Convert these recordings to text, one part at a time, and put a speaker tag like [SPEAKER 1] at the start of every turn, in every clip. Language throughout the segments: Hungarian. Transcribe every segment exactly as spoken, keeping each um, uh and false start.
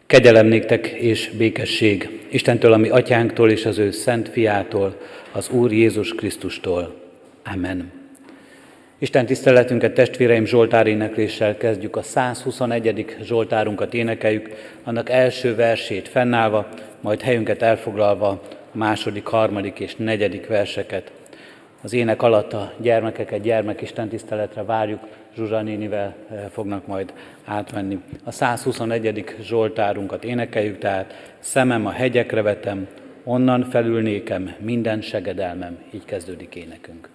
[SPEAKER 1] Kegyelem néktek és békesség Istentől, ami atyánktól és az ő szent fiától, az Úr Jézus Krisztustól. Amen. Isten tiszteletünket, testvéreim, Zsoltár énekléssel kezdjük. A száz huszonegyedik Zsoltárunkat énekeljük, annak első versét fennállva, majd helyünket elfoglalva a második, harmadik és negyedik verseket. Az ének alatt a gyermekeket gyermekisten tiszteletre várjuk, Zsuzsa nénivel fognak majd átmenni. A száz huszonegyedik Zsoltárunkat énekeljük, tehát szemem a hegyekre vetem, onnan felül nékem minden segedelmem. Így kezdődik énekünk.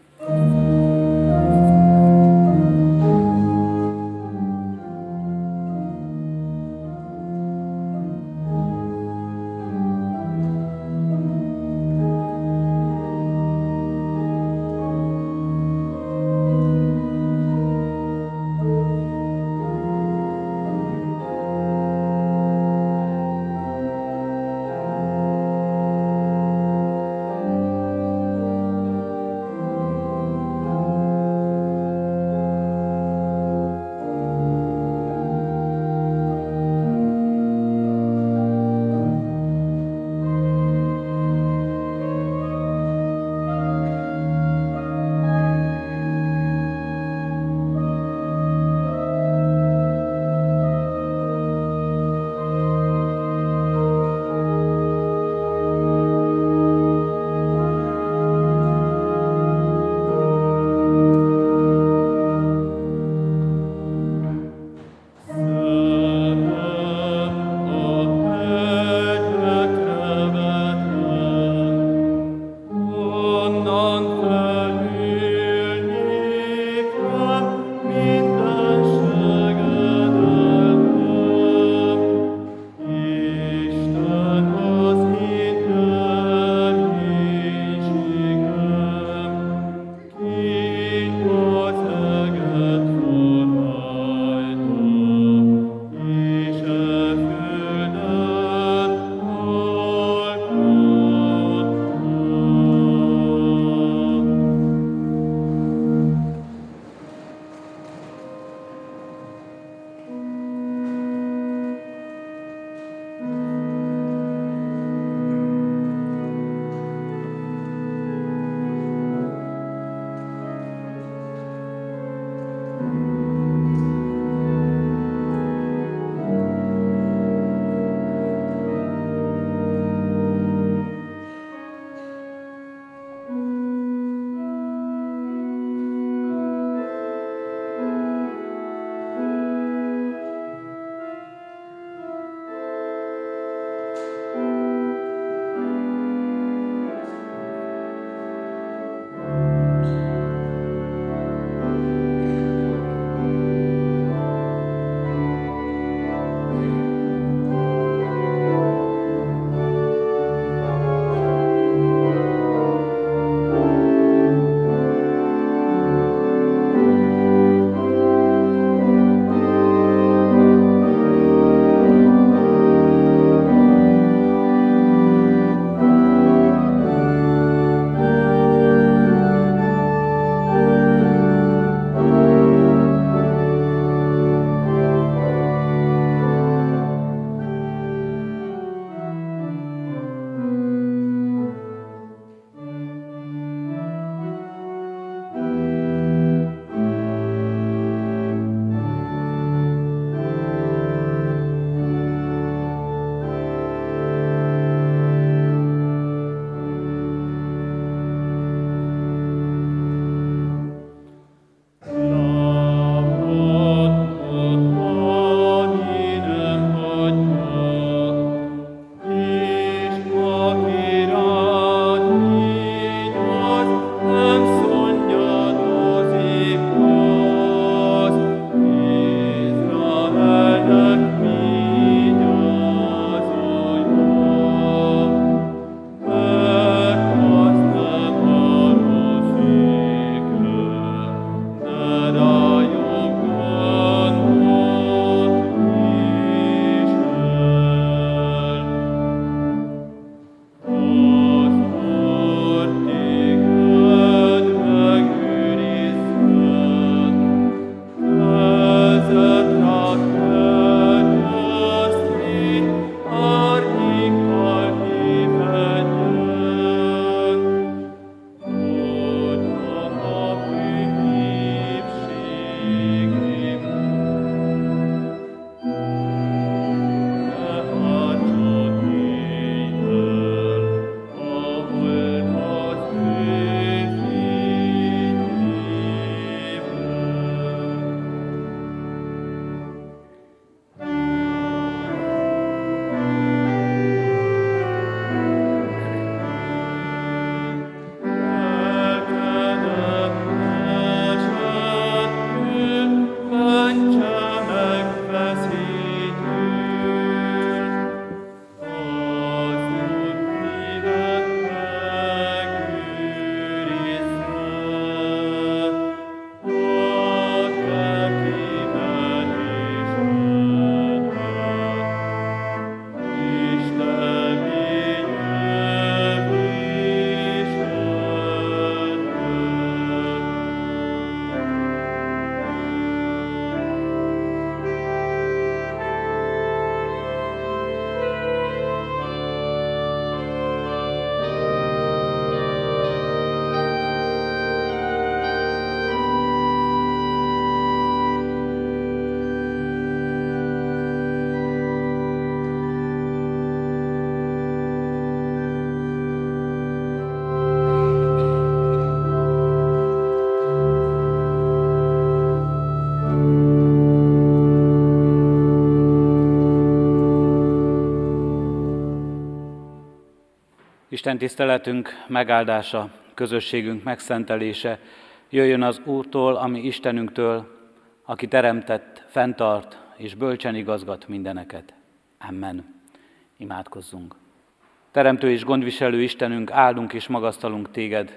[SPEAKER 1] Isten tiszteletünk megáldása, közösségünk megszentelése jöjjön az Úrtól, ami Istenünktől, aki teremtett, fenntart és bölcsen igazgat mindeneket. Amen. Imádkozzunk. Teremtő és gondviselő Istenünk, áldunk és magasztalunk téged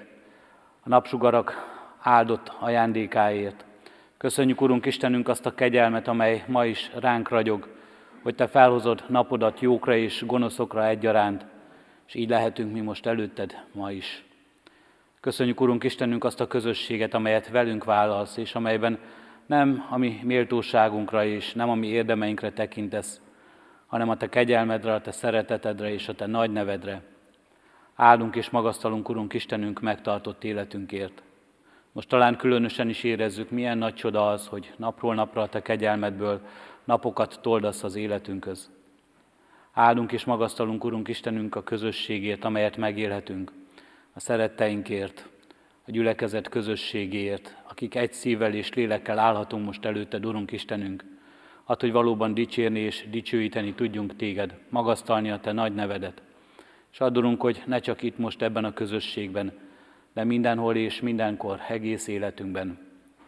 [SPEAKER 1] a napsugarak áldott ajándékáért. Köszönjük, Urunk Istenünk, azt a kegyelmet, amely ma is ránk ragyog, hogy te felhozod napodat jókra és gonoszokra egyaránt, és így lehetünk mi most előtted ma is. Köszönjük, Urunk Istenünk, azt a közösséget, amelyet velünk vállalsz, és amelyben nem a mi méltóságunkra és nem a mi érdemeinkre tekintesz, hanem a te kegyelmedre, a te szeretetedre és a te nagy nevedre. Áldunk és magasztalunk, Urunk Istenünk, megtartott életünkért. Most talán különösen is érezzük, milyen nagy csoda az, hogy napról napra a te kegyelmedből napokat toldasz az életünkhöz. Áldunk és magasztalunk, Urunk Istenünk, a közösségért, amelyet megélhetünk, a szeretteinkért, a gyülekezet közösségéért, akik egy szívvel és lélekkel állhatunk most előtted, Urunk Istenünk, add, hogy valóban dicsérni és dicsőíteni tudjunk téged, magasztalni a te nagy nevedet. És add, Urunk, hogy ne csak itt most ebben a közösségben, de mindenhol és mindenkor, egész életünkben.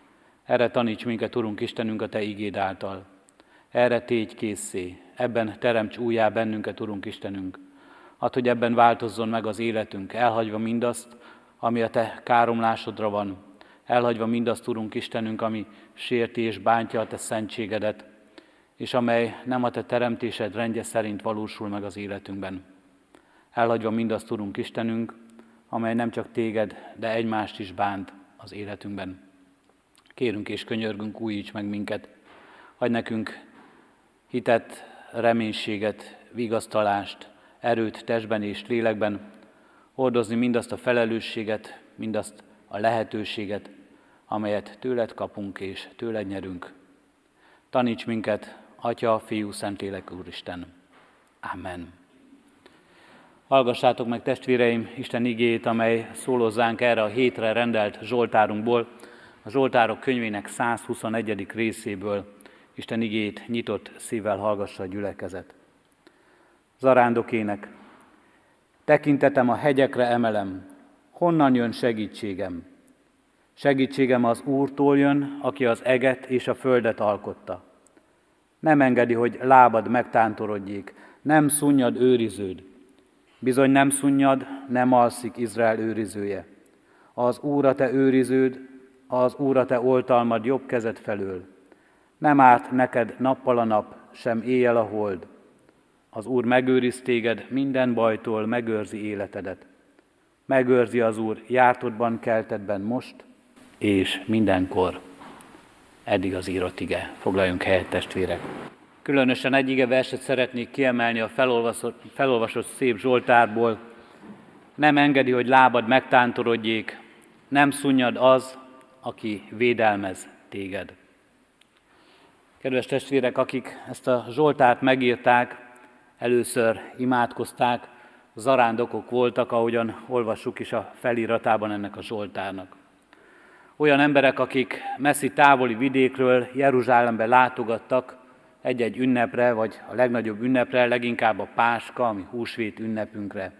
[SPEAKER 1] Erre taníts minket, Urunk Istenünk, a te igéd által. Erre tégy készé, ebben teremts újjá bennünket, Urunk Istenünk. Add, hogy ebben változzon meg az életünk, elhagyva mindazt, ami a te káromlásodra van, elhagyva mindazt, Urunk Istenünk, ami sérti és bántja a te szentségedet, és amely nem a te teremtésed rendje szerint valósul meg az életünkben. Elhagyva mindazt, Urunk Istenünk, amely nem csak téged, de egymást is bánt az életünkben. Kérünk és könyörgünk, újíts meg minket, adj nekünk hitet, reménységet, vigasztalást, erőt testben és lélekben, hordozni mindazt a felelősséget, mindazt a lehetőséget, amelyet tőled kapunk és tőled nyerünk. Taníts minket, Atya, Fiú, Szentlélek, Úristen. Amen. Hallgassátok meg, testvéreim, Isten igéjét, amely szól hozzánk erre a hétre rendelt Zsoltárunkból, a Zsoltárok könyvének száz huszonegyedik részéből. Isten igéjét nyitott szívvel hallgassa a gyülekezet. Zarándokének. Tekintetem a hegyekre emelem, honnan jön segítségem? Segítségem az Úrtól jön, aki az eget és a földet alkotta. Nem engedi, hogy lábad megtántorodjék, nem szunnyad őriződ. Bizony nem szunnyad, nem alszik Izrael őrizője. Az Úr a te őriződ, az Úr a te oltalmad jobb kezed felől. Nem árt neked nappal a nap, sem éjjel a hold. Az Úr megőriz téged minden bajtól, megőrzi életedet. Megőrzi az Úr jártodban, keltedben most, és mindenkor. Eddig az írott ige. Foglaljunk helyet, testvérek. Különösen egy ige verset szeretnék kiemelni a felolvasott, felolvasott szép Zsoltárból. Nem engedi, hogy lábad megtántorodjék, nem szunnyad az, aki védelmez téged. Kedves testvérek, akik ezt a Zsoltárt megírták, először imádkozták, zarándokok voltak, ahogyan olvassuk is a feliratában ennek a Zsoltárnak. Olyan emberek, akik messzi távoli vidékről Jeruzsálembe látogattak egy-egy ünnepre, vagy a legnagyobb ünnepre, leginkább a Páska, ami húsvét ünnepünkre.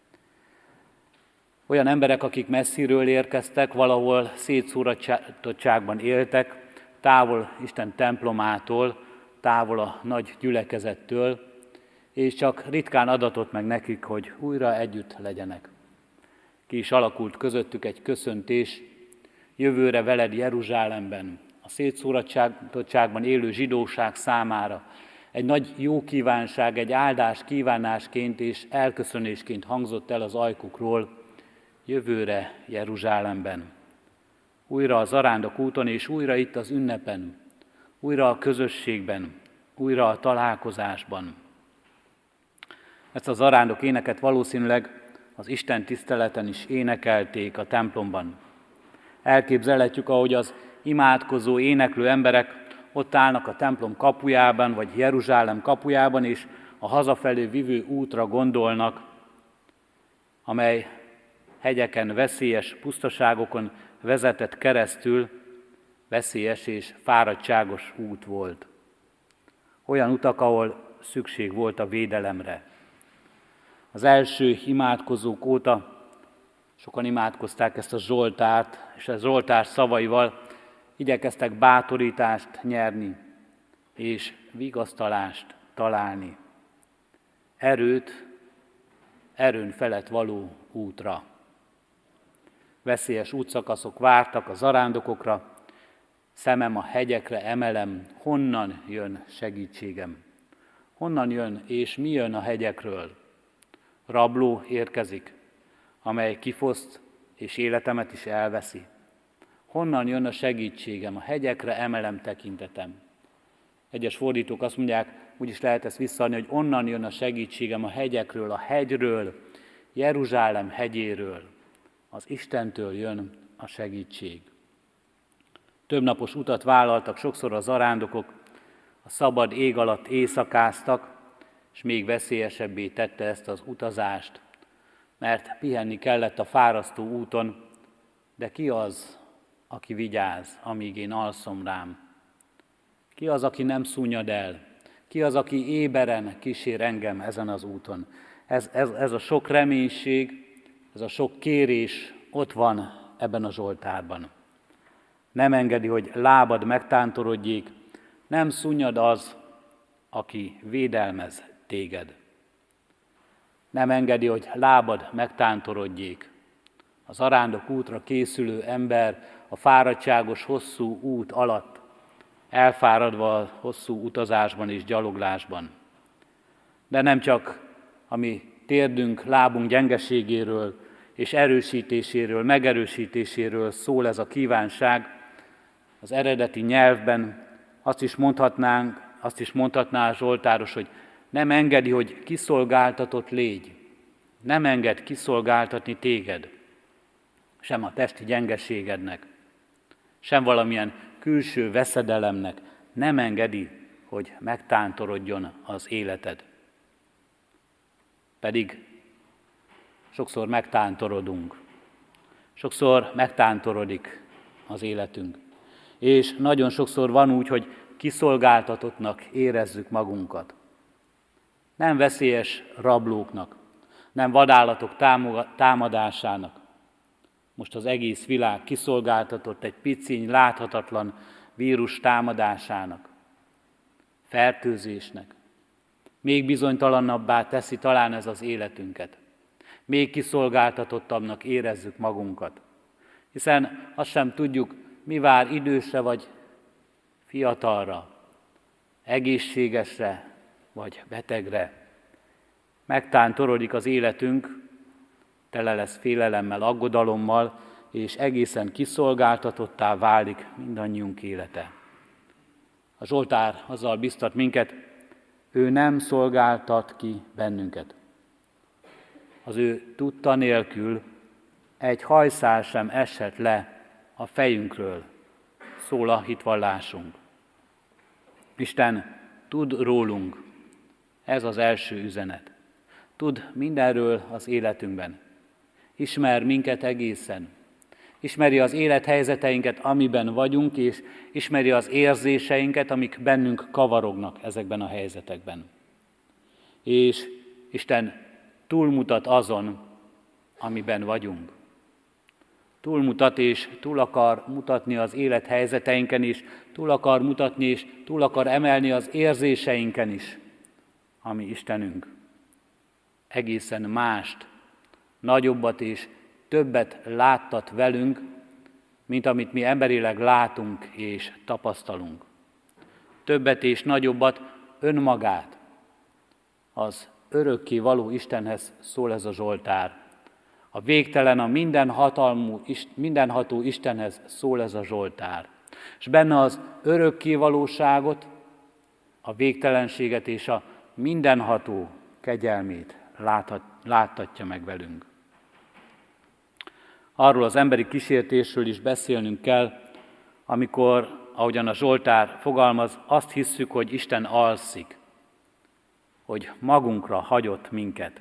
[SPEAKER 1] Olyan emberek, akik messziről érkeztek, valahol szétszóratottságban éltek, távol Isten templomától, távol a nagy gyülekezettől, és csak ritkán adatott meg nekik, hogy újra együtt legyenek. Ki is alakult közöttük egy köszöntés, jövőre veled Jeruzsálemben, a szétszóratottságban élő zsidóság számára egy nagy jó kívánság, egy áldás kívánásként és elköszönésként hangzott el az ajkukról, jövőre Jeruzsálemben. Újra a zarándok úton és újra itt az ünnepen, újra a közösségben, újra a találkozásban. Ezt a zarándok éneket valószínűleg az Isten tiszteleten is énekelték a templomban. Elképzelhetjük, ahogy az imádkozó, éneklő emberek ott állnak a templom kapujában, vagy Jeruzsálem kapujában, és a hazafelé vivő útra gondolnak, amely hegyeken, veszélyes pusztaságokon vezetett keresztül, veszélyes és fáradtságos út volt. Olyan utak, ahol szükség volt a védelemre. Az első imádkozók óta sokan imádkozták ezt a Zsoltárt, és a Zsoltár szavaival igyekeztek bátorítást nyerni, és vigasztalást találni. Erőt, erőn felett való útra. Veszélyes útszakaszok vártak a zarándokokra, szemem a hegyekre emelem, honnan jön segítségem? Honnan jön és mi jön a hegyekről? Rabló érkezik, amely kifoszt és életemet is elveszi. Honnan jön a segítségem? A hegyekre emelem tekintetem. Egyes fordítók azt mondják, úgy is lehet ezt visszaadni, hogy onnan jön a segítségem a hegyekről, a hegyről, Jeruzsálem hegyéről. Az Istentől jön a segítség. Többnapos utat vállaltak sokszor a zarándokok, a szabad ég alatt éjszakáztak, és még veszélyesebbé tette ezt az utazást, mert pihenni kellett a fárasztó úton, de ki az, aki vigyáz, amíg én alszom rám? Ki az, aki nem szúnyad el? Ki az, aki éberen kísér engem ezen az úton? Ez, ez, ez a sok reménység, ez a sok kérés ott van ebben a Zsoltárban. Nem engedi, hogy lábad megtántorodjék, nem szúnyad az, aki védelmez téged. Nem engedi, hogy lábad megtántorodjék. Az zarándok útra készülő ember a fáradtságos hosszú út alatt, elfáradva a hosszú utazásban és gyaloglásban. De nem csak a mi térdünk, lábunk gyengeségéről és erősítéséről, megerősítéséről szól ez a kívánság. Az eredeti nyelvben azt is mondhatnánk, azt is mondhatná a zsoltáros, hogy nem engedi, hogy kiszolgáltatott légy. Nem enged kiszolgáltatni téged, sem a testi gyengeségednek, sem valamilyen külső veszedelemnek. Nem engedi, hogy megtántorodjon az életed. Pedig sokszor megtántorodunk, sokszor megtántorodik az életünk. És nagyon sokszor van úgy, hogy kiszolgáltatottnak érezzük magunkat. Nem veszélyes rablóknak, nem vadállatok támadásának. Most az egész világ kiszolgáltatott egy piciny, láthatatlan vírus támadásának, fertőzésnek. Még bizonytalanabbá teszi talán ez az életünket. Még kiszolgáltatottabbnak érezzük magunkat. Hiszen azt sem tudjuk, mi vár idősre vagy fiatalra, egészségesre vagy betegre. Megtántorodik az életünk, tele lesz félelemmel, aggodalommal, és egészen kiszolgáltatottá válik mindannyiunk élete. A Zsoltár azzal biztat minket, ő nem szolgáltat ki bennünket. Az ő tudta nélkül egy hajszál sem esett le a fejünkről, szól a hitvallásunk. Isten tud rólunk, ez az első üzenet. Tud mindenről az életünkben. Ismer minket egészen. Ismeri az élethelyzeteinket, amiben vagyunk, és ismeri az érzéseinket, amik bennünk kavarognak ezekben a helyzetekben. És Isten túlmutat azon, amiben vagyunk. Túlmutat és túl akar mutatni az élethelyzeteinken is, túl akar mutatni és túl akar emelni az érzéseinken is, ami Istenünk. Egészen mást, nagyobbat és többet láttat velünk, mint amit mi emberileg látunk és tapasztalunk. Többet és nagyobbat, önmagát. Az örökké való Istenhez szól ez a Zsoltár. A végtelen, a mindenhatalmú, mindenható Istenhez szól ez a Zsoltár. És benne az örökké valóságot, a végtelenséget és a mindenható kegyelmét láthat, láttatja meg velünk. Arról az emberi kísértésről is beszélnünk kell, amikor, ahogyan a Zsoltár fogalmaz, azt hisszük, hogy Isten alszik, hogy magunkra hagyott minket.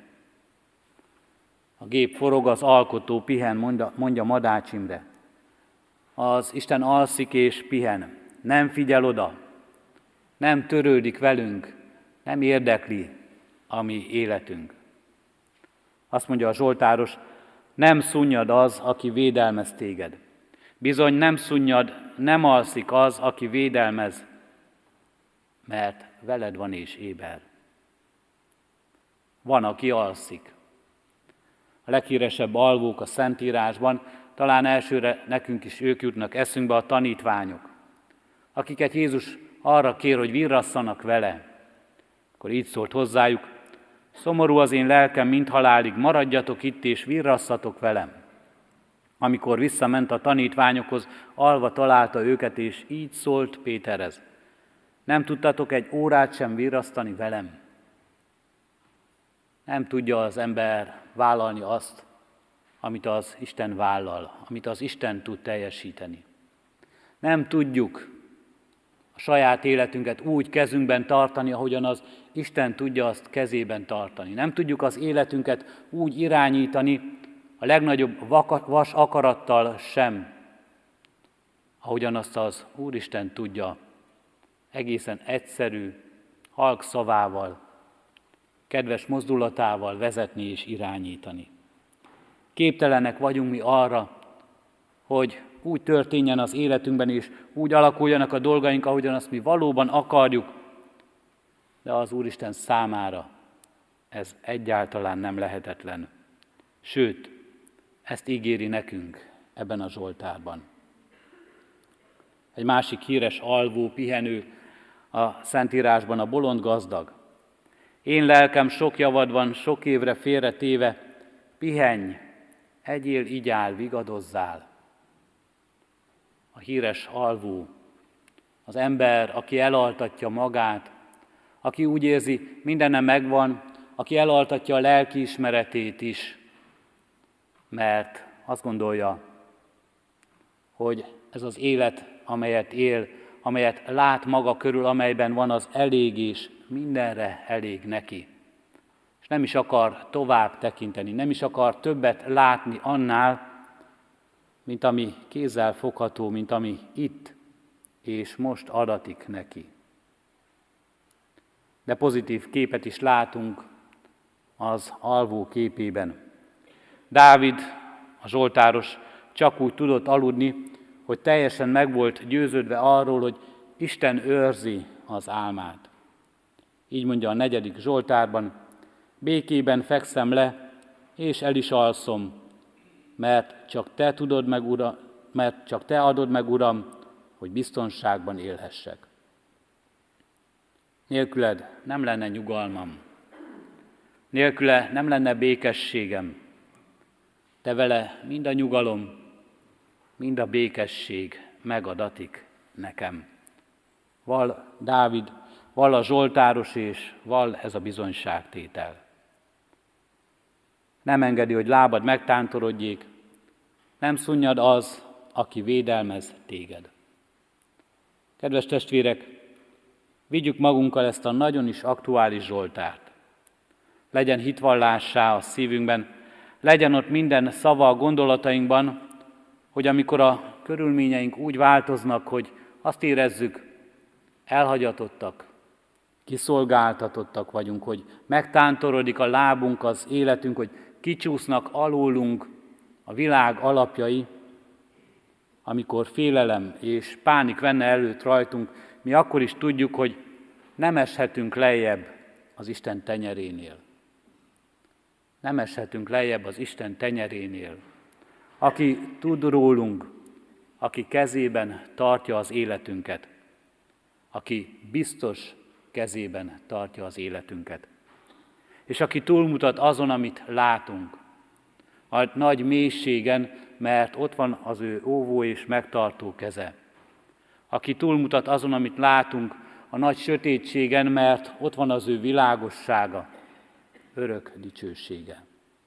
[SPEAKER 1] A gép forog, az alkotó pihen, mondja, mondja Madács Imre. Az Isten alszik és pihen, nem figyel oda, nem törődik velünk, nem érdekli a mi életünk. Azt mondja a zsoltáros, nem szunnyad az, aki védelmez téged. Bizony nem szunnyad, nem alszik az, aki védelmez, mert veled van és éber. Van, aki alszik. A leghíresebb alvók a Szentírásban, talán elsőre nekünk is ők jutnak eszünkbe, a tanítványok, akiket Jézus arra kér, hogy virrasszanak vele. Akkor így szólt hozzájuk, szomorú az én lelkem, mint halálig, maradjatok itt és virrasszatok velem. Amikor visszament a tanítványokhoz, alva találta őket, és így szólt Péterhez, nem tudtatok egy órát sem virrasztani velem? Nem tudja az ember vállalni azt, amit az Isten vállal, amit az Isten tud teljesíteni. Nem tudjuk a saját életünket úgy kezünkben tartani, ahogyan az Isten tudja azt kezében tartani. Nem tudjuk az életünket úgy irányítani, a legnagyobb vas akarattal sem, ahogyan azt az Úristen tudja, egészen egyszerű, halk szavával, kedves mozdulatával vezetni és irányítani. Képtelenek vagyunk mi arra, hogy úgy történjen az életünkben, és úgy alakuljanak a dolgaink, ahogyan azt mi valóban akarjuk, de az Úristen számára ez egyáltalán nem lehetetlen. Sőt, ezt ígéri nekünk ebben a zsoltárban. Egy másik híres alvó, pihenő a Szentírásban a bolond gazdag. Én lelkem sok javad van, sok évre félretéve, pihenj, egyél, igyál, vigadozzál. A híres alvó, az ember, aki elaltatja magát, aki úgy érzi, mindenne megvan, aki elaltatja a lelkiismeretét is, mert azt gondolja, hogy ez az élet, amelyet él, amelyet lát maga körül, amelyben van, az elég és mindenre elég neki. És nem is akar tovább tekinteni, nem is akar többet látni annál, mint ami kézzel fogható, mint ami itt és most adatik neki. De pozitív képet is látunk az alvó képében. Dávid, a zsoltáros, csak úgy tudott aludni, hogy teljesen meg volt győződve arról, hogy Isten őrzi az álmát. Így mondja a negyedik zsoltárban, békében fekszem le, és el is alszom, mert csak te tudod meg, Uram, mert csak te adod meg, Uram, hogy biztonságban élhessek. Nélküled nem lenne nyugalmam, nélküle nem lenne békességem. Te vele mind a nyugalom, mind a békesség megadatik nekem. Val Dávid, val a zsoltáros, és val ez a bizonyságtétel. Nem engedi, hogy lábad megtántorodjék, nem szunnyad az, aki védelmez téged. Kedves testvérek, vigyük magunkkal ezt a nagyon is aktuális zsoltárt. Legyen hitvallássá a szívünkben, legyen ott minden szava a gondolatainkban, hogy amikor a körülményeink úgy változnak, hogy azt érezzük, elhagyatottak, kiszolgáltatottak vagyunk, hogy megtántorodik a lábunk, az életünk, hogy kicsúsznak alólunk a világ alapjai, amikor félelem és pánik venne előtt rajtunk, mi akkor is tudjuk, hogy nem eshetünk lejjebb az Isten tenyerénél. Nem eshetünk lejjebb az Isten tenyerénél. Aki tud rólunk, aki kezében tartja az életünket, aki biztos kezében tartja az életünket, és aki túlmutat azon, amit látunk, a nagy mélységen, mert ott van az ő óvó és megtartó keze. Aki túlmutat azon, amit látunk, a nagy sötétségen, mert ott van az ő világossága, örök dicsősége.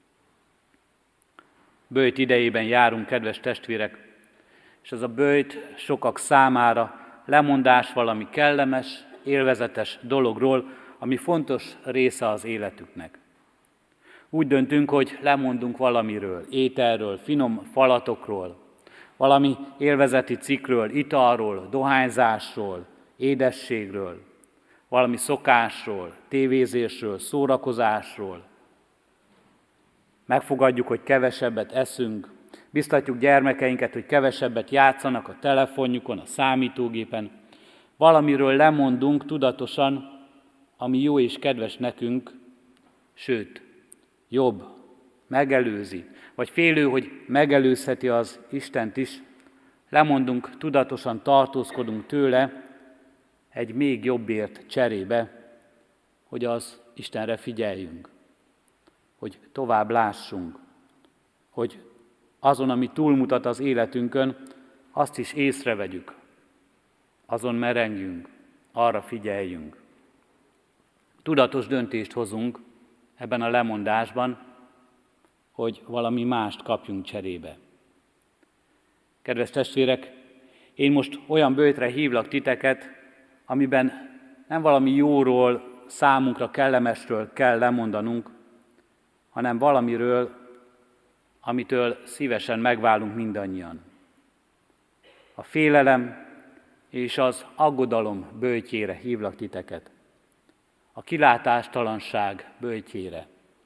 [SPEAKER 1] Böjt idejében járunk, kedves testvérek, és ez a böjt sokak számára lemondás valami kellemes, élvezetes dologról, ami fontos része az életüknek. Úgy döntünk, hogy lemondunk valamiről, ételről, finom falatokról, valami élvezeti cikkről, italról, dohányzásról, édességről, valami szokásról, tévézésről, szórakozásról. megfogadjuk, hogy kevesebbet eszünk, biztatjuk gyermekeinket, hogy kevesebbet játszanak a telefonjukon, a számítógépen, valamiről lemondunk tudatosan, ami jó és kedves nekünk, sőt, jobb, megelőzi, vagy félő, hogy megelőzheti az Istent is, lemondunk, tudatosan tartózkodunk tőle egy még jobbért cserébe, hogy az Istenre figyeljünk, hogy tovább lássunk, hogy azon, ami túlmutat az életünkön, azt is észrevegyük, azon merengjünk, arra figyeljünk. Tudatos döntést hozunk ebben a lemondásban, hogy valami mást kapjunk cserébe. Kedves testvérek, én most olyan böjtre hívlak titeket, amiben nem valami jóról, számunkra kellemesről kell lemondanunk, hanem valamiről, amitől szívesen megválunk mindannyian. A félelem és az aggodalom böjtjére hívlak titeket. A kilátástalanság böjtjére.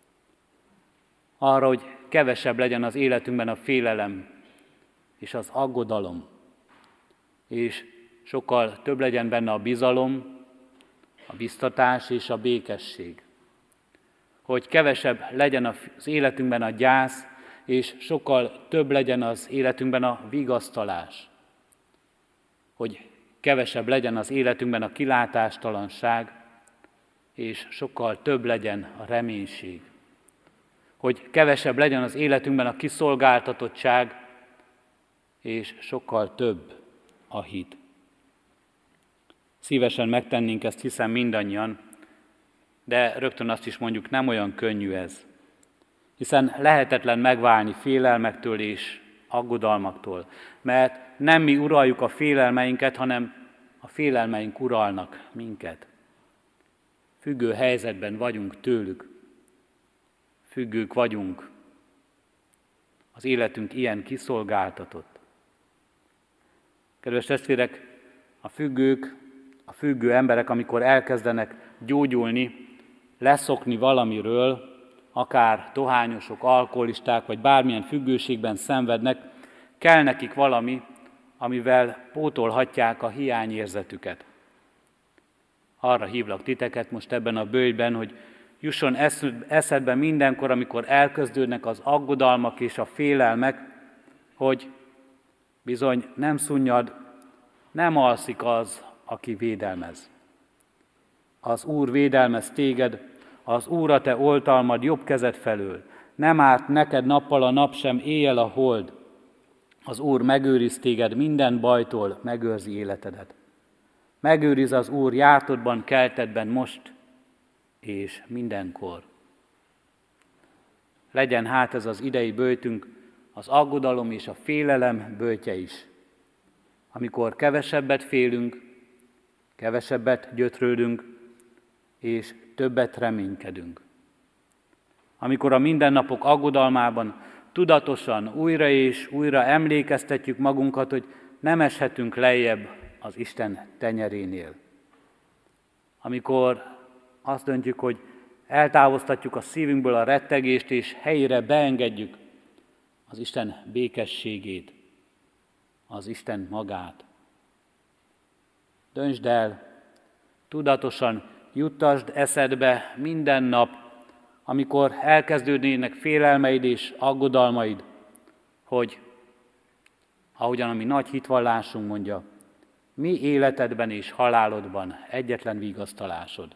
[SPEAKER 1] Arra, hogy kevesebb legyen az életünkben a félelem és az aggodalom, és sokkal több legyen benne a bizalom, a biztatás és a békesség. Hogy kevesebb legyen az életünkben a gyász, és sokkal több legyen az életünkben a vigasztalás. Hogy kevesebb legyen az életünkben a kilátástalanság, és sokkal több legyen a reménység. Hogy kevesebb legyen az életünkben a kiszolgáltatottság, és sokkal több a hit. Szívesen megtennénk ezt, hiszen mindannyian, de rögtön azt is mondjuk, nem olyan könnyű ez. Hiszen lehetetlen megválni félelmektől és aggodalmaktól, mert nem mi uraljuk a félelmeinket, hanem a félelmeink uralnak minket. Függő helyzetben vagyunk tőlük, függők vagyunk, az életünk ilyen kiszolgáltatott. Kedves testvérek, a függők, a függő emberek, amikor elkezdenek gyógyulni, leszokni valamiről, akár dohányosok, alkoholisták, vagy bármilyen függőségben szenvednek, kell nekik valami, amivel pótolhatják a hiányérzetüket. Arra hívlak titeket most ebben a böjtben, hogy jusson eszedbe mindenkor, amikor elkezdődnek az aggodalmak és a félelmek, hogy bizony nem szunnyad, nem alszik az, aki védelmez. Az Úr védelmez téged, az Úr a te oltalmad jobb kezed felől. Nem árt neked nappal a nap sem, éjjel a hold. Az Úr megőriz téged minden bajtól, megőrzi életedet. Megőriz az Úr jártodban, keltedben most és mindenkor. Legyen hát ez az idei böjtünk, az aggodalom és a félelem böjtje is. Amikor kevesebbet félünk, kevesebbet gyötrődünk, és többet reménykedünk. Amikor a mindennapok aggodalmában tudatosan újra és újra emlékeztetjük magunkat, hogy nem eshetünk lejjebb az Isten tenyerénél. Amikor azt döntjük, hogy eltávoztatjuk a szívünkből a rettegést, és helyére beengedjük az Isten békességét, az Isten magát. Döntsd el, tudatosan juttasd eszedbe minden nap, amikor elkezdődnének félelmeid és aggodalmaid, hogy, ahogyan a mi nagy hitvallásunk mondja, mi életedben és halálodban egyetlen vigasztalásod.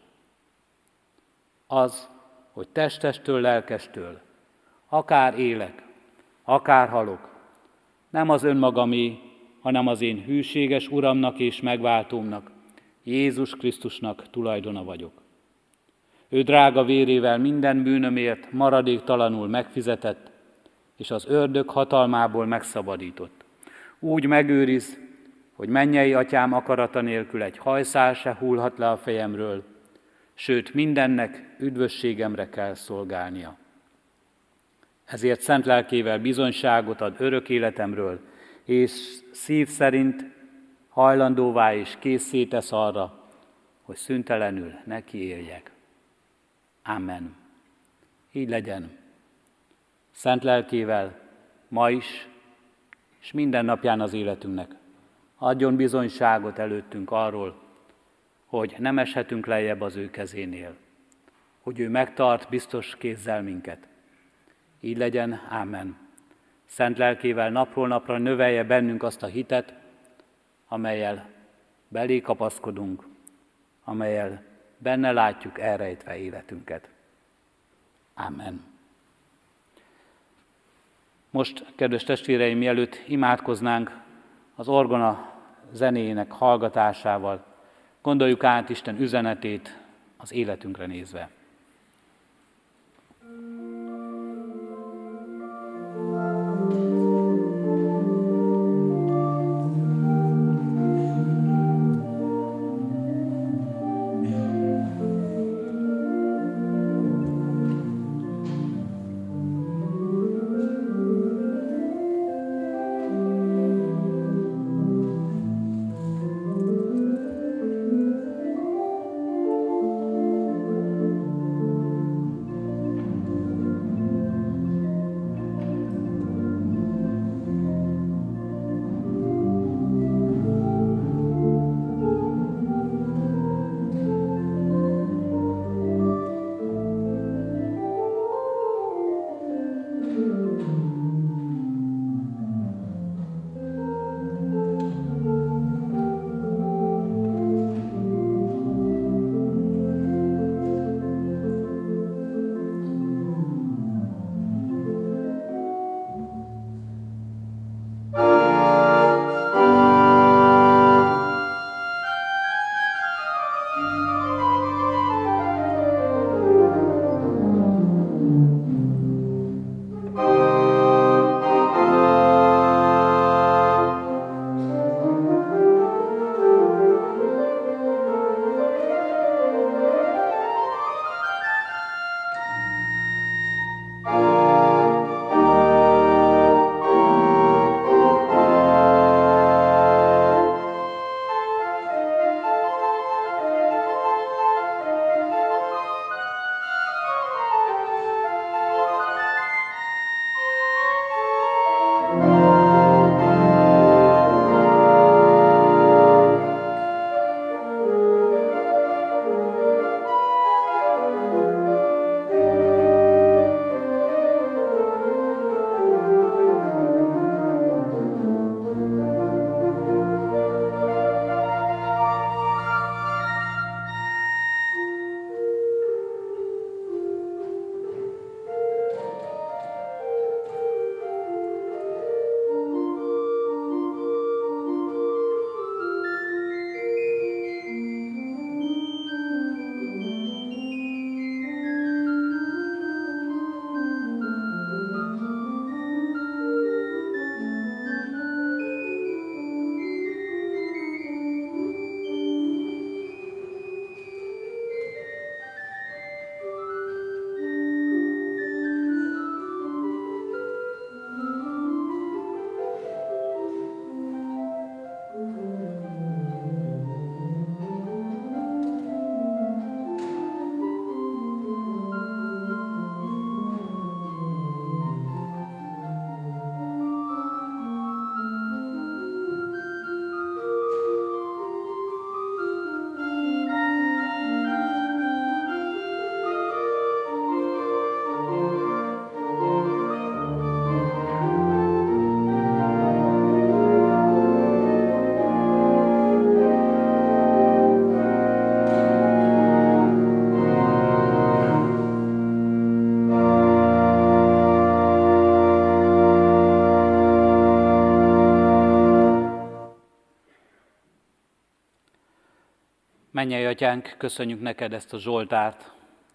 [SPEAKER 1] Az, hogy testestől, lelkestől, akár élek, akár halok, nem az önmagamé, hanem az én hűséges Uramnak és megváltómnak, Jézus Krisztusnak tulajdona vagyok. Ő drága vérével minden bűnömért maradéktalanul megfizetett, és az ördög hatalmából megszabadított. Úgy megőriz, hogy mennyei atyám akarata nélkül egy hajszál se hullhat le a fejemről, sőt mindennek üdvösségemre kell szolgálnia. Ezért szent lelkével bizonyságot ad örök életemről, és szív szerint hajlandóvá és készé tesz arra, hogy szüntelenül neki éljek. Amen. Így legyen. szent lelkével ma is, és minden napján az életünknek adjon bizonyságot előttünk arról, hogy nem eshetünk lejjebb az ő kezénél, hogy ő megtart biztos kézzel minket. Így legyen, ámen. Szent lelkével napról napra növelje bennünk azt a hitet, amellyel belé kapaszkodunk, amellyel benne látjuk elrejtve életünket. Ámen. Most, kedves testvéreim, mielőtt imádkoznánk az orgona zenéjének hallgatásával, gondoljuk át Isten üzenetét az életünkre nézve. Mennyei Atyánk, köszönjük neked ezt a Zsoltárt.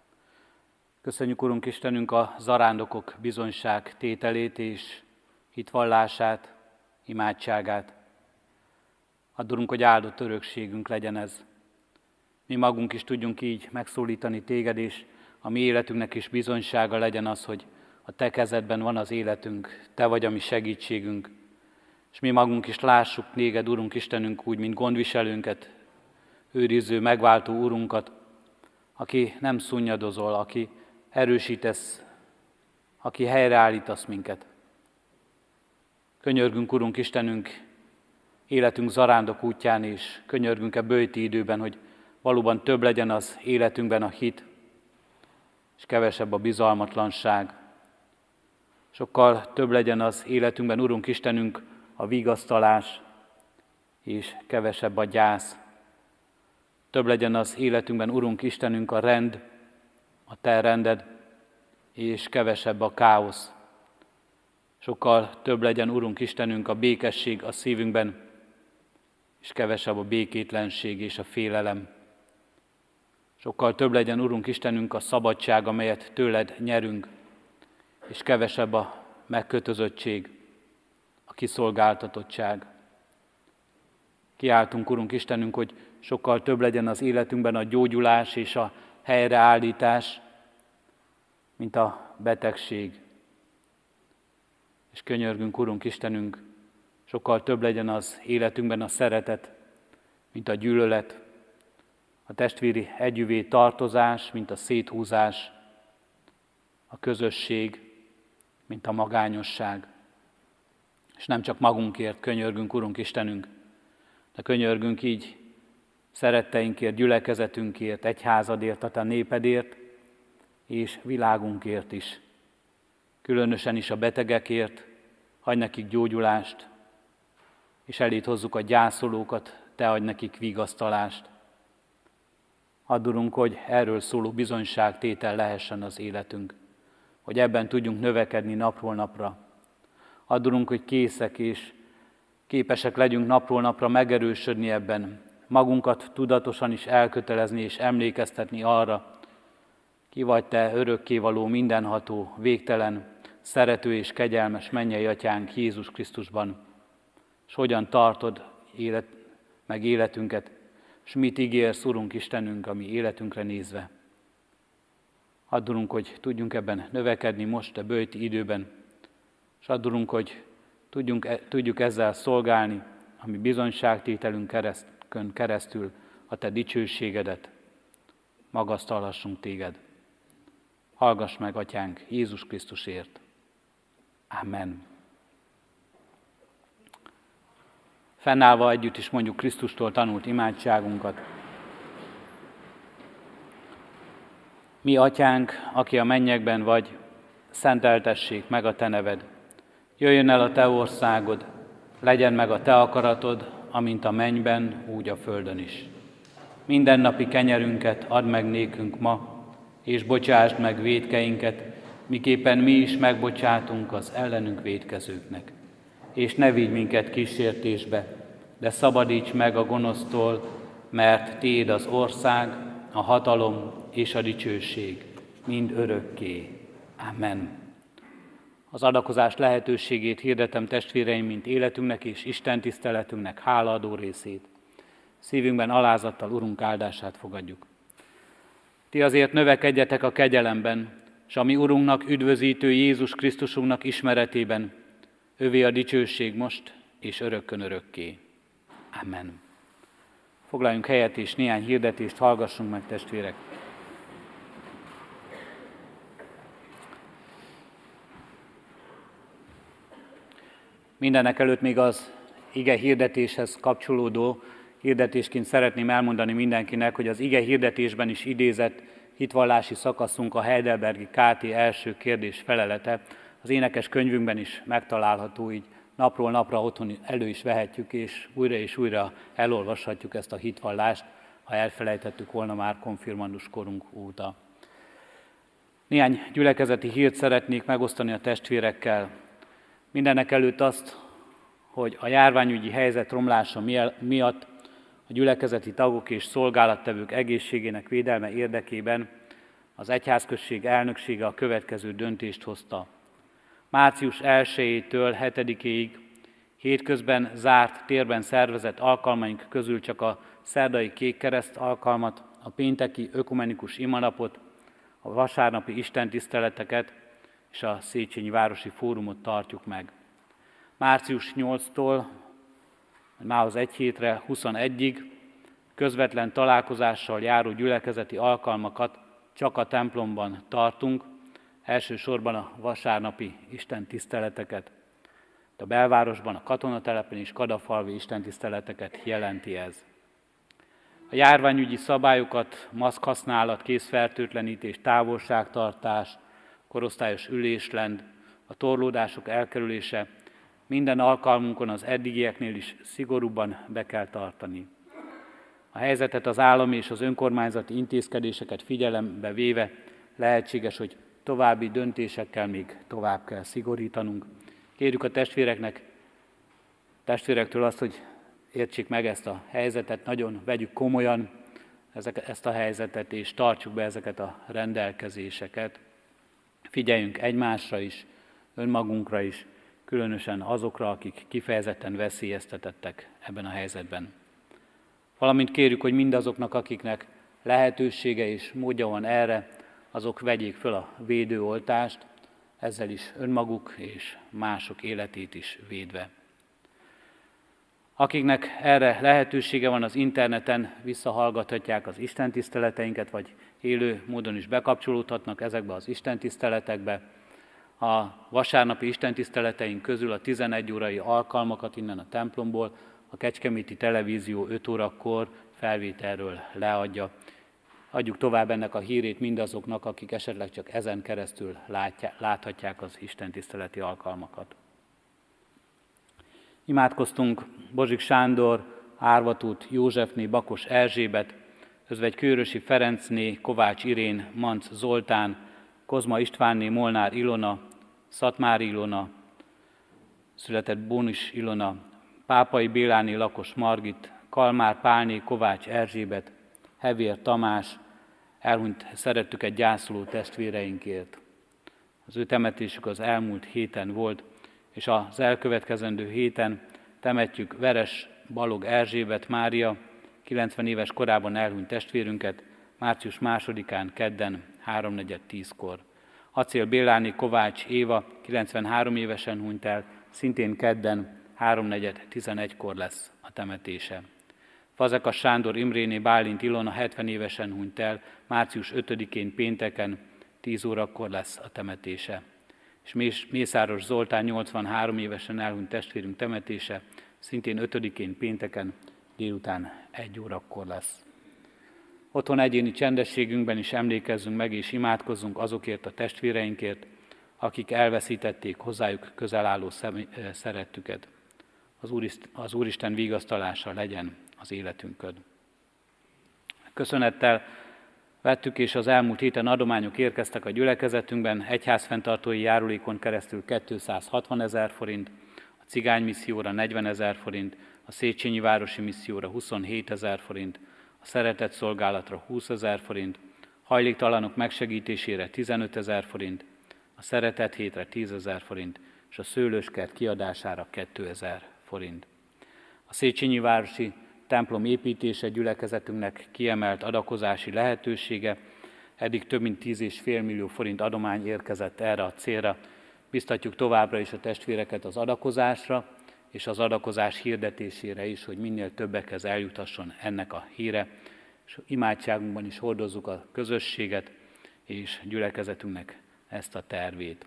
[SPEAKER 1] Köszönjük, Urunk Istenünk, a zarándokok bizonyság tételét és hitvallását, imádságát. Add, Urunk, hogy áldott örökségünk legyen ez. Mi magunk is tudjunk így megszólítani téged, és a mi életünknek is bizonysága legyen az, hogy a te kezedben van az életünk, te vagy a mi segítségünk, és mi magunk is lássuk téged, Urunk Istenünk, úgy, mint gondviselőnket, őriző, megváltó Urunkat, aki nem szunnyadozol, aki erősítesz aki helyreállítasz minket. Könyörgünk, Urunk Istenünk, életünk zarándok útján is, könyörgünk e böjti időben, hogy valóban több legyen az életünkben a hit, és kevesebb a bizalmatlanság. Sokkal több legyen az életünkben, Urunk Istenünk, a vigasztalás, és kevesebb a gyász. Több legyen az életünkben, Urunk Istenünk, a rend, a Te rended, és kevesebb a káosz. Sokkal több legyen, Urunk Istenünk, a békesség a szívünkben, és kevesebb a békétlenség és a félelem. Sokkal több legyen, Urunk Istenünk, a szabadság, amelyet tőled nyerünk, és kevesebb a megkötözöttség, a kiszolgáltatottság. Kiáltunk, Urunk Istenünk, hogy sokkal több legyen az életünkben a gyógyulás és a helyreállítás, mint a betegség. És könyörgünk, Urunk Istenünk, sokkal több legyen az életünkben a szeretet, mint a gyűlölet, a testvéri együvé tartozás, mint a széthúzás, a közösség, mint a magányosság. És nem csak magunkért könyörgünk, Urunk Istenünk, de könyörgünk így szeretteinkért, gyülekezetünkért, egyházadért, a Te népedért, és világunkért is. Különösen is a betegekért, adj nekik gyógyulást, és eléd hozzuk a gyászolókat, Te adj nekik vigasztalást. Add, Urunk, hogy erről szóló bizonyságtétel lehessen az életünk, hogy ebben tudjunk növekedni napról napra. Add, Urunk, hogy készek és képesek legyünk napról napra megerősödni ebben, magunkat tudatosan is elkötelezni és emlékeztetni arra, ki vagy Te örökkévaló, mindenható, végtelen, szerető és kegyelmes mennyei Atyánk Jézus Krisztusban, és hogyan tartod élet, meg életünket, és mit ígérsz, Urunk Istenünk, a mi életünkre nézve. Add, Urunk, hogy tudjunk ebben növekedni most a böjti időben, és add, Urunk, hogy tudjunk, tudjuk ezzel szolgálni, a mi bizonyságtételünkön keresztül a Te dicsőségedet, magasztalhassunk Téged. Hallgass meg, Atyánk, Jézus Krisztusért. Amen. Fennállva együtt is mondjuk Krisztustól tanult imádságunkat. Mi, Atyánk, aki a mennyekben vagy, szenteltessék meg a Te neved. Jöjjön el a Te országod, legyen meg a Te akaratod, amint a mennyben, úgy a földön is. Mindennapi kenyerünket add meg nékünk ma, és bocsásd meg vétkeinket, miképpen mi is megbocsátunk az ellenünk vétkezőknek. És ne vigy minket kísértésbe, de szabadíts meg a gonosztól, mert Tiéd az ország, a hatalom és a dicsőség, mind örökké. Amen. Az adakozás lehetőségét hirdetem, testvéreim, mint életünknek és Isten tiszteletünknek hálaadó részét. Szívünkben alázattal Urunk áldását fogadjuk. Ti azért növekedjetek a kegyelemben, s a mi Urunknak, üdvözítő Jézus Krisztusunknak ismeretében, övé a dicsőség most és örökkön örökké. Amen. Foglaljunk helyet és néhány hirdetést hallgassunk meg, testvérek. Mindenek előtt még az ige hirdetéshez kapcsolódó hirdetésként szeretném elmondani mindenkinek, hogy az ige hirdetésben is idézett hitvallási szakaszunk a Heidelbergi ká té első kérdés felelete az énekes könyvünkben is megtalálható, így napról napra otthon elő is vehetjük, és újra és újra elolvashatjuk ezt a hitvallást, ha elfelejtettük volna már konfirmandus korunk óta. Néhány gyülekezeti hírt szeretnék megosztani a testvérekkel. Mindenek előtt azt, hogy a járványügyi helyzet romlása miatt a gyülekezeti tagok és szolgálattevők egészségének védelme érdekében az egyházközség elnöksége a következő döntést hozta. március elsejétől hetedikéig hétközben zárt térben szervezett alkalmaink közül csak a szerdai kékkereszt alkalmat, a pénteki ökumenikus imanapot, a vasárnapi istentiszteleteket és a Széchenyi Városi Fórumot tartjuk meg. március nyolcadikától mához egy hétre, huszonegyedikéig közvetlen találkozással járó gyülekezeti alkalmakat csak a templomban tartunk, elsősorban a vasárnapi istentiszteleteket. A belvárosban, a katonatelepen és kadafalvi istentiszteleteket jelenti ez. A járványügyi szabályokat, maszkhasználat, kézfertőtlenítés, távolságtartás, korosztályos üléslend, a torlódások elkerülése minden alkalmunkon az eddigieknél is szigorúbban be kell tartani. A helyzetet, az állami és az önkormányzati intézkedéseket figyelembe véve lehetséges, hogy további döntésekkel még tovább kell szigorítanunk. Kérjük a testvéreknek, testvérektől azt, hogy értsék meg ezt a helyzetet, nagyon vegyük komolyan ezek, ezt a helyzetet, és tartsuk be ezeket a rendelkezéseket. Figyeljünk egymásra is, önmagunkra is, különösen azokra, akik kifejezetten veszélyeztetettek ebben a helyzetben. Valamint kérjük, hogy mindazoknak, akiknek lehetősége és módja van erre, azok vegyék föl a védőoltást, ezzel is önmaguk és mások életét is védve. Akiknek erre lehetősége van, az interneten visszahallgathatják az istentiszteleteinket, vagy élő módon is bekapcsolódhatnak ezekbe az istentiszteletekbe. A vasárnapi istentiszteleteink közül a tizenegy órai alkalmakat innen a templomból a Kecskeméti Televízió öt órakor felvételről leadja. Adjuk tovább ennek a hírét mindazoknak, akik esetleg csak ezen keresztül látja, láthatják az istentiszteleti alkalmakat. Imádkoztunk Bozsik Sándor, Árvatút Józsefné, Bakos Erzsébet, Özvegy Kőrösi Ferencné, Kovács Irén, Manc Zoltán, Kozma Istvánné, Molnár Ilona, Szatmári Ilona, született Bónis Ilona, Pápai Béláné, Lakos Margit, Kalmár Pálné, Kovács Erzsébet, Hevér Tamás, elhunyt szerettüket gyászoló testvéreinkért. Az ő temetésük az elmúlt héten volt, és az elkövetkezendő héten temetjük Veres Balog Erzsébet Mária, kilencven éves korában elhunyt testvérünket, március másodikán kedden háromnegyed tízkor. Acél Béláné Kovács Éva kilencvenhárom évesen hunyt el, szintén kedden háromnegyed tizenegykor lesz a temetése. Fazekas Sándor Imréné Bálint Ilona hetven évesen hunyt el, március ötödikén pénteken tíz órakor lesz a temetése. És Mészáros Zoltán nyolcvanhárom évesen elhunyt testvérünk temetése, szintén ötödikén pénteken délután egy órakor lesz. Otthon egyéni csendességünkben is emlékezzünk meg és imádkozzunk azokért a testvéreinkért, akik elveszítették hozzájuk közel álló szerettüket. Az, Úrist, az Úristen vigasztalása legyen az életünkön. Köszönettel vettük, és az elmúlt héten adományok érkeztek a gyülekezetünkben, egyházfenntartói járulékon keresztül kétszázhatvanezer forint, a cigánymisszióra negyvenezer forint, a Széchenyi Városi Misszióra huszonhétezer forint, a Szeretett Szolgálatra húszezer forint, hajléktalanok megsegítésére tizenötezer forint, a Szeretett Hétre tízezer forint, és a Szőlőskert kiadására kétezer forint. A Széchenyi Városi templom építése gyülekezetünknek kiemelt adakozási lehetősége, eddig több mint tíz egész öt millió forint adomány érkezett erre a célra. Biztatjuk továbbra is a testvéreket az adakozásra, és az adakozás hirdetésére is, hogy minél többekhez eljutasson ennek a híre, és imádságunkban is hordozzuk a közösséget és gyülekezetünknek ezt a tervét.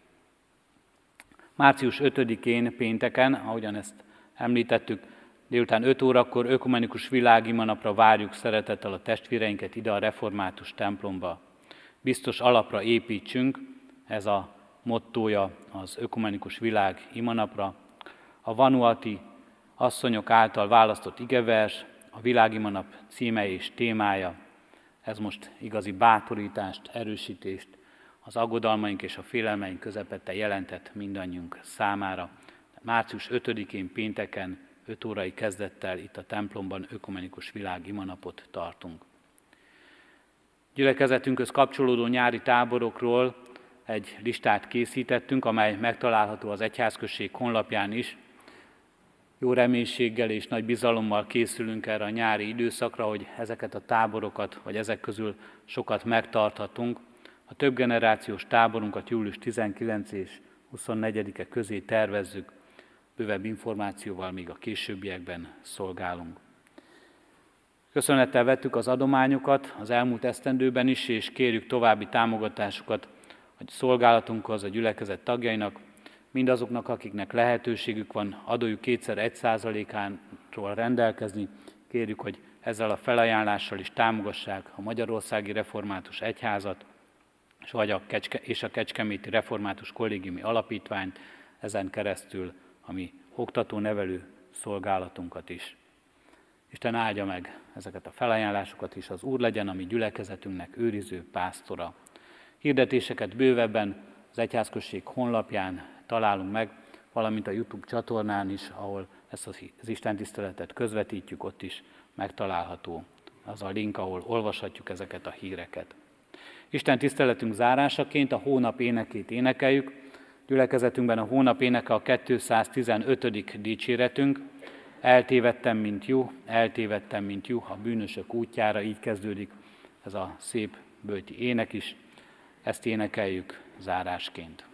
[SPEAKER 1] március ötödikén pénteken, ahogyan ezt említettük, délután öt órakor ökumenikus világimanapra várjuk szeretettel a testvéreinket ide a református templomba. Biztos alapra építsünk, ez a mottója az ökumenikus világ imanapra. A vanuati asszonyok által választott igevers, a világimanap címe és témája, ez most igazi bátorítást, erősítést, az aggodalmaink és a félelmeink közepette jelentett mindannyiunk számára. március ötödikén pénteken öt órai kezdettel itt a templomban ökumenikus világ imanapot tartunk. Gyülekezetünkhöz kapcsolódó nyári táborokról egy listát készítettünk, amely megtalálható az egyházközség honlapján is. Jó reménységgel és nagy bizalommal készülünk erre a nyári időszakra, hogy ezeket a táborokat, vagy ezek közül sokat megtarthatunk. A többgenerációs táborunkat július tizenkilencedike és huszonnegyedike közé tervezzük, bővebb információval még a későbbiekben szolgálunk. Köszönettel vettük az adományokat az elmúlt esztendőben is, és kérjük további támogatásukat a szolgálatunkhoz, a gyülekezet tagjainak, mindazoknak, akiknek lehetőségük van adójuk kétszer egy százalékánról rendelkezni. Kérjük, hogy ezzel a felajánlással is támogassák a Magyarországi Református Egyházat és, vagy a Kecske, és a Kecskeméti Református Kollégiumi Alapítványt, ezen keresztül a mi oktató-nevelő szolgálatunkat is. Isten áldja meg ezeket a felajánlásokat is, az Úr legyen a mi gyülekezetünknek őriző pásztora. Hirdetéseket bővebben az Egyházközség honlapján találunk meg, valamint a YouTube csatornán is, ahol ezt az istentiszteletet közvetítjük, ott is megtalálható az a link, ahol olvashatjuk ezeket a híreket. Isten tiszteletünk zárásaként a hónap énekét énekeljük. Gyülekezetünkben a hónap éneke a kétszáztizenötödik dicséretünk. Eltévedtem, mint juh, eltévedtem, mint juh, a bűnösök útjára, így kezdődik ez a szép bölcsi ének is. Ezt énekeljük zárásként.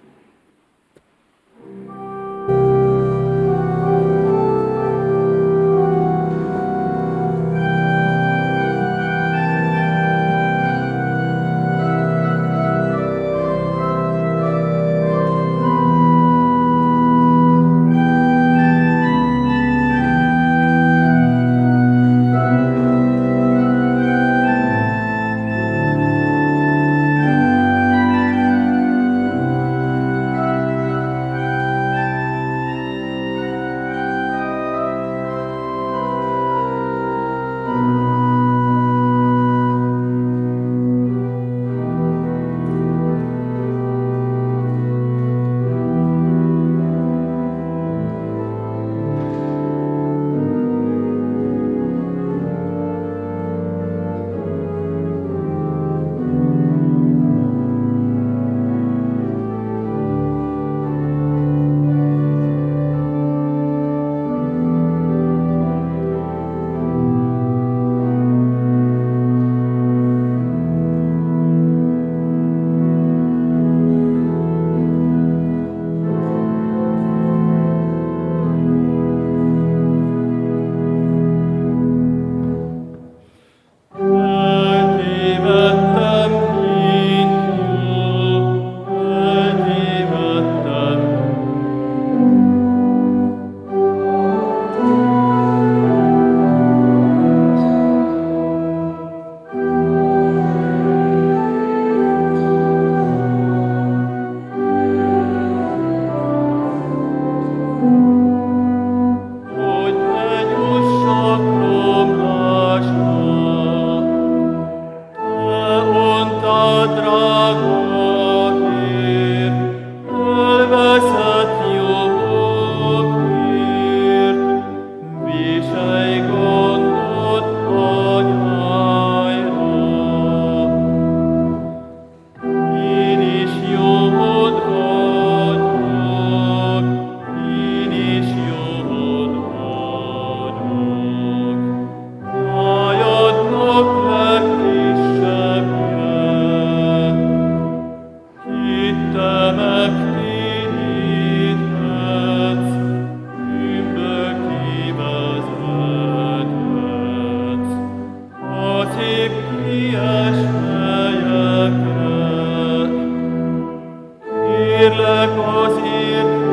[SPEAKER 2] Kérlek az ért